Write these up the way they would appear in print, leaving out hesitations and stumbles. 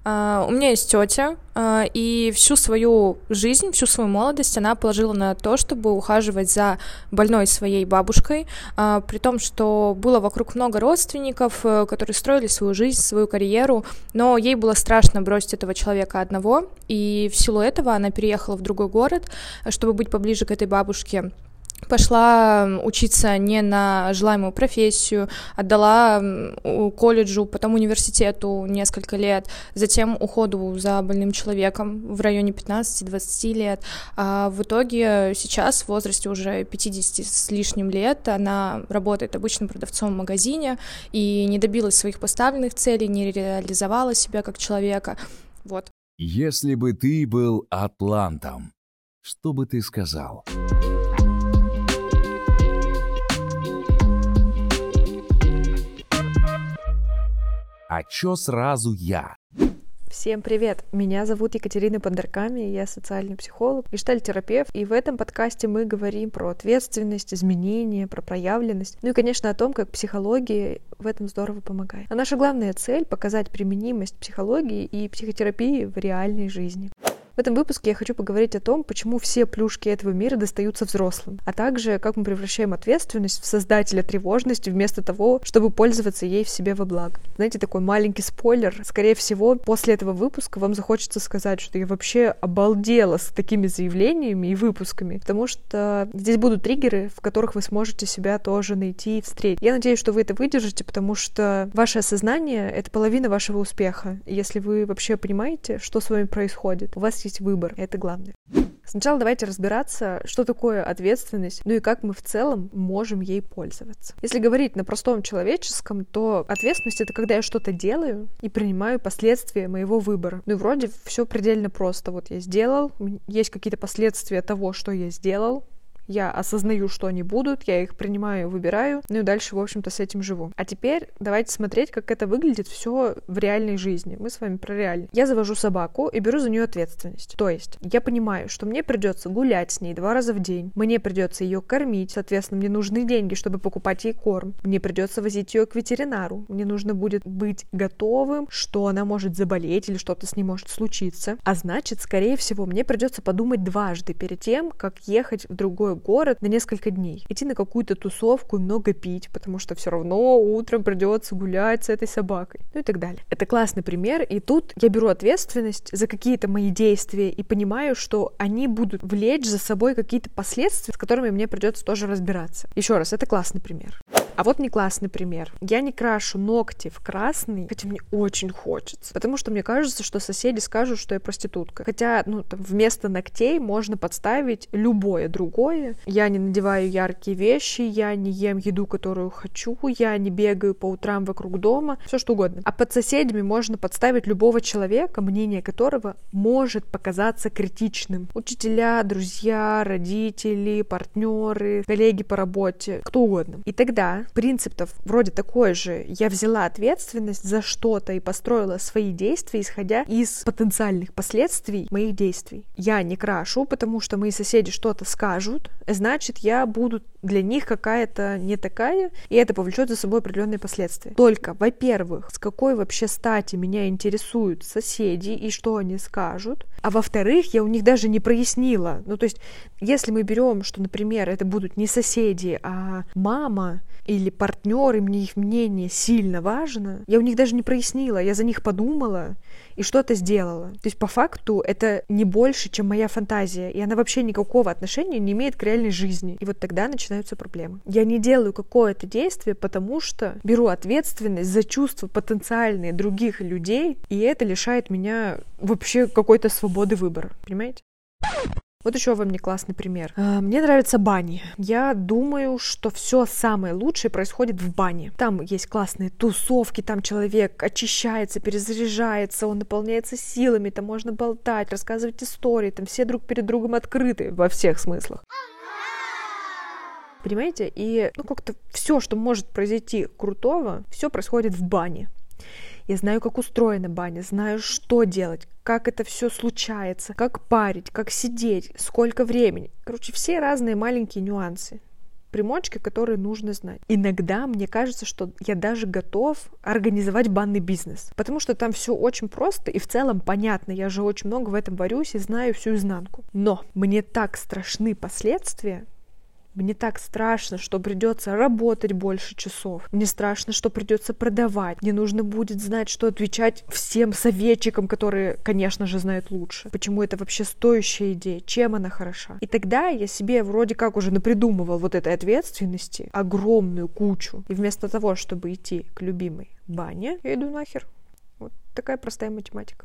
У меня есть тетя, и всю свою жизнь, всю свою молодость она положила на то, чтобы ухаживать за больной своей бабушкой, при том, что было вокруг много родственников, которые строили свою жизнь, свою карьеру, но ей было страшно бросить этого человека одного, и в силу этого она переехала в другой город, чтобы быть поближе к этой бабушке. Пошла учиться не на желаемую профессию, отдала колледжу, потом университету несколько лет, затем уходу за больным человеком в районе 15-20 лет. А в итоге сейчас в возрасте уже 50 с лишним лет она работает обычным продавцом в магазине и не добилась своих поставленных целей, не реализовала себя как человека. Вот. Если бы ты был атлантом, что бы ты сказал? А чё сразу я? Всем привет! Меня зовут Екатерина Поддарками, я социальный психолог, гештальт-терапевт, и в этом подкасте мы говорим про ответственность, изменения, про проявленность, ну и, конечно, о том, как психология в этом здорово помогает. А наша главная цель — показать применимость психологии и психотерапии в реальной жизни. В этом выпуске я хочу поговорить о том, почему все плюшки этого мира достаются взрослым, а также как мы превращаем ответственность в создателя тревожности вместо того, чтобы пользоваться ей в себе во благо. Знаете, такой маленький спойлер. Скорее всего, после этого выпуска вам захочется сказать, что я вообще обалдела с такими заявлениями и выпусками, потому что здесь будут триггеры, в которых вы сможете себя тоже найти и встретить. Я надеюсь, что вы это выдержите, потому что ваше осознание — это половина вашего успеха. И если вы вообще понимаете, что с вами происходит, у вас есть выбор, это главное. Сначала давайте разбираться, что такое ответственность, ну и как мы в целом можем ей пользоваться. Если говорить на простом человеческом, то ответственность — это когда я что-то делаю и принимаю последствия моего выбора. Ну и вроде все предельно просто. Вот я сделал, есть какие-то последствия того, что я сделал, я осознаю, что они будут, я их принимаю, выбираю, ну и дальше, в общем-то, с этим живу. А теперь давайте смотреть, как это выглядит все в реальной жизни. Мы с вами про реальность. Я завожу собаку и беру за нее ответственность. То есть я понимаю, что мне придется гулять с ней 2 раза в день, мне придется ее кормить, соответственно, мне нужны деньги, чтобы покупать ей корм, мне придется возить ее к ветеринару, мне нужно будет быть готовым, что она может заболеть или что-то с ней может случиться. А значит, скорее всего, мне придется подумать дважды перед тем, как ехать в другой город на несколько дней, идти на какую-то тусовку и много пить, потому что все равно утром придется гулять с этой собакой, ну и так далее. Это классный пример, и тут я беру ответственность за какие-то мои действия и понимаю, что они будут влечь за собой какие-то последствия, с которыми мне придется тоже разбираться. Еще раз, это классный пример. А вот не классный пример. Я не крашу ногти в красный, хотя мне очень хочется, потому что мне кажется, что соседи скажут, что я проститутка. Хотя, вместо ногтей можно подставить любое другое. Я не надеваю яркие вещи, я не ем еду, которую хочу, я не бегаю по утрам вокруг дома, все что угодно. А под соседями можно подставить любого человека, мнение которого может показаться критичным. Учителя, друзья, родители, партнеры, коллеги по работе, кто угодно. И тогда принцип-то вроде такой же. Я взяла ответственность за что-то и построила свои действия, исходя из потенциальных последствий моих действий. Я не крашу, потому что мои соседи что-то скажут, значит, я буду для них какая-то не такая, и это повлечет за собой определенные последствия. Только, во-первых, с какой вообще стати меня интересуют соседи и что они скажут, а во-вторых, я у них даже не прояснила. То есть, если мы берем, что, например, это будут не соседи, а мама или партнеры, мне их мнение сильно важно, я у них даже не прояснила, я за них подумала и что-то сделала. То есть, по факту, это не больше, чем моя фантазия, и она вообще никакого отношения не имеет к реальной жизни. И вот тогда начинаются проблемы. Я не делаю какое-то действие, потому что беру ответственность за чувства потенциальные других людей, и это лишает меня вообще какой-то свободы выбора. Понимаете? Вот еще вам не классный пример. Мне нравятся бани. Я думаю, что все самое лучшее происходит в бане. Там есть классные тусовки, там человек очищается, перезаряжается, он наполняется силами, там можно болтать, рассказывать истории, там все друг перед другом открыты во всех смыслах. Понимаете? И как-то все, что может произойти крутого, все происходит в бане. Я знаю, как устроена баня, знаю, что делать, как это все случается, как парить, как сидеть, сколько времени. Короче, все разные маленькие нюансы. примочки, которые нужно знать. Иногда мне кажется, что я даже готов организовать банный бизнес, потому что там все очень просто и в целом понятно. Я же очень много в этом варюсь и знаю всю изнанку. Но мне так страшны последствия. Мне так страшно, что придется работать больше часов. Мне страшно, что придется продавать. Мне нужно будет знать, что отвечать всем советчикам, которые, конечно же, знают лучше. Почему это вообще стоящая идея, чем она хороша. И тогда я себе вроде как уже напридумывал вот этой ответственности огромную кучу. И вместо того, чтобы идти к любимой бане, я иду нахер. Вот такая простая математика.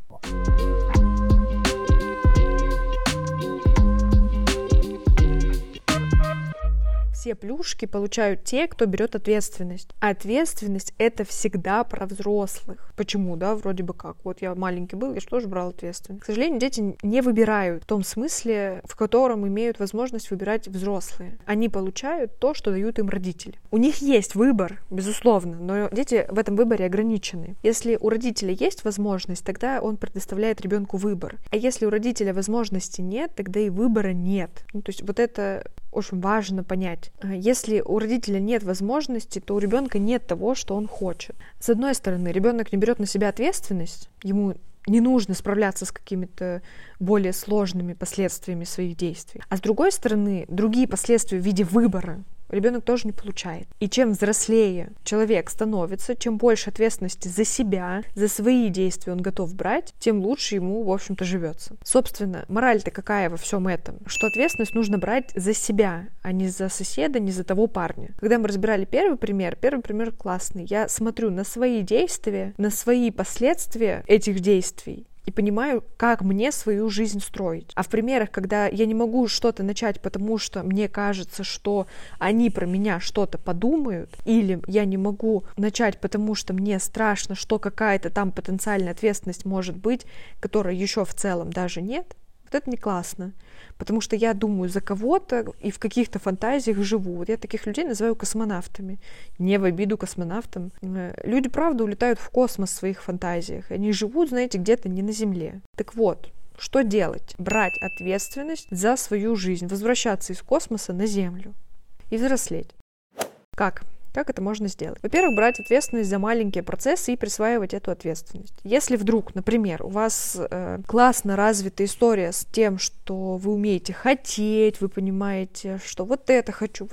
Все плюшки получают те, кто берет ответственность. А ответственность — это всегда про взрослых. Почему, да, вроде бы как. Вот я маленький был, я же тоже брал ответственность. К сожалению, дети не выбирают в том смысле, в котором имеют возможность выбирать взрослые. Они получают то, что дают им родители. У них есть выбор, безусловно, но дети в этом выборе ограничены. Если у родителя есть возможность, тогда он предоставляет ребенку выбор. А если у родителя возможности нет, тогда и выбора нет. Ну, то есть вот это очень важно понять. Если у родителя нет возможности, то у ребенка нет того, что он хочет. С одной стороны, ребенок не берет на себя ответственность, ему не нужно справляться с какими-то более сложными последствиями своих действий. А с другой стороны, другие последствия в виде выбора ребенок тоже не получает. И чем взрослее человек становится, чем больше ответственности за себя, за свои действия он готов брать, тем лучше ему, в общем-то, живется. Собственно, мораль-то какая во всем этом? Что ответственность нужно брать за себя, а не за соседа, не за того парня. Когда мы разбирали первый пример классный. Я смотрю на свои действия, на свои последствия этих действий, и понимаю, как мне свою жизнь строить. А в примерах, когда я не могу что-то начать, потому что мне кажется, что они про меня что-то подумают, или я не могу начать, потому что мне страшно, что какая-то там потенциальная ответственность может быть, которой еще в целом даже нет, вот это не классно. Потому что я думаю за кого-то и в каких-то фантазиях живу. Вот я таких людей называю космонавтами. Не в обиду космонавтам. Люди, правда, улетают в космос в своих фантазиях. Они живут, знаете, где-то не на Земле. Так вот, что делать? Брать ответственность за свою жизнь, возвращаться из космоса на Землю и взрослеть. Как? Как это можно сделать? Во-первых, брать ответственность за маленькие процессы и присваивать эту ответственность. Если вдруг, например, у вас классно развита история с тем, что вы умеете хотеть, вы понимаете, что вот это хочу,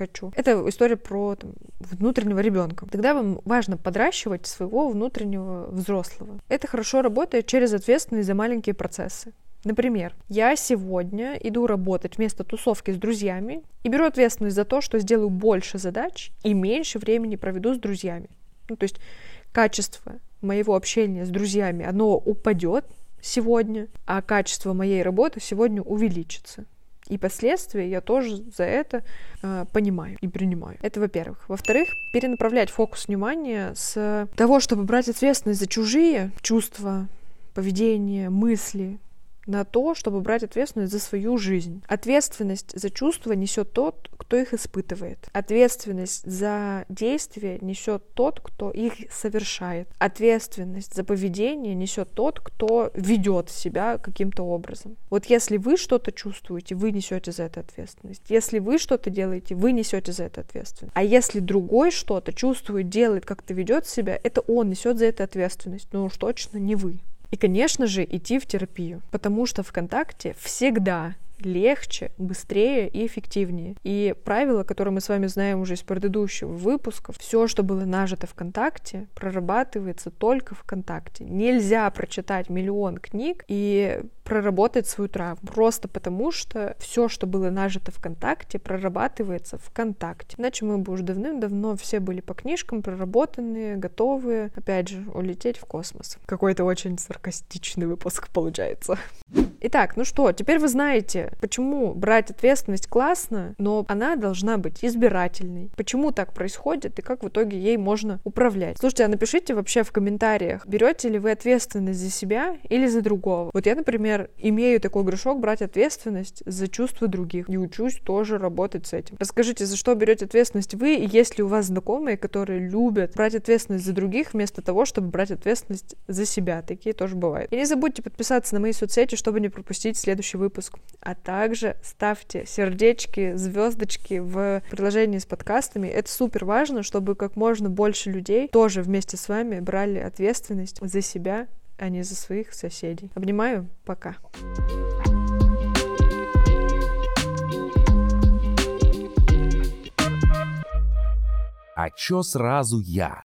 это история про внутреннего ребенка. Тогда вам важно подращивать своего внутреннего взрослого. Это хорошо работает через ответственность за маленькие процессы. Например, я сегодня иду работать вместо тусовки с друзьями и беру ответственность за то, что сделаю больше задач и меньше времени проведу с друзьями. Ну, то есть качество моего общения с друзьями, оно упадет сегодня, а качество моей работы сегодня увеличится. И последствия я тоже за это понимаю и принимаю. Это во-первых. Во-вторых, перенаправлять фокус внимания с того, чтобы брать ответственность за чужие чувства, поведение, мысли, на то, чтобы брать ответственность за свою жизнь. Ответственность за чувства несет тот, кто их испытывает. Ответственность за действия несет тот, кто их совершает. Ответственность за поведение несет тот, кто ведет себя каким-то образом. Вот если вы что-то чувствуете, вы несете за это ответственность. Если вы что-то делаете, вы несете за это ответственность. А если другой что-то чувствует, делает, как-то ведет себя, это он несет за это ответственность. Но уж точно не вы. И, конечно же, идти в терапию, потому что ВКонтакте всегда легче, быстрее и эффективнее. И правило, которое мы с вами знаем уже из предыдущих выпусков, все, что было нажито ВКонтакте, прорабатывается только ВКонтакте. Нельзя прочитать миллион книг и проработать свою травму. Просто потому, что все, что было нажито ВКонтакте, прорабатывается ВКонтакте. Иначе мы бы уже давным-давно все были по книжкам, проработанные, готовые, опять же, улететь в космос. Какой-то очень саркастичный выпуск получается. Итак, ну что, теперь вы знаете, почему брать ответственность классно, но она должна быть избирательной. Почему так происходит и как в итоге ей можно управлять. Слушайте, а напишите вообще в комментариях, берете ли вы ответственность за себя или за другого. Вот я, например, имею такой грешок брать ответственность за чувства других и учусь тоже работать с этим. Расскажите, за что берете ответственность вы, и есть ли у вас знакомые, которые любят брать ответственность за других вместо того, чтобы брать ответственность за себя. Такие тоже бывают. И не забудьте подписаться на мои соцсети, чтобы не не пропустить следующий выпуск. А также ставьте сердечки, звездочки в приложении с подкастами. Это супер важно, чтобы как можно больше людей тоже вместе с вами брали ответственность за себя, а не за своих соседей. Обнимаю, пока. А чё сразу я?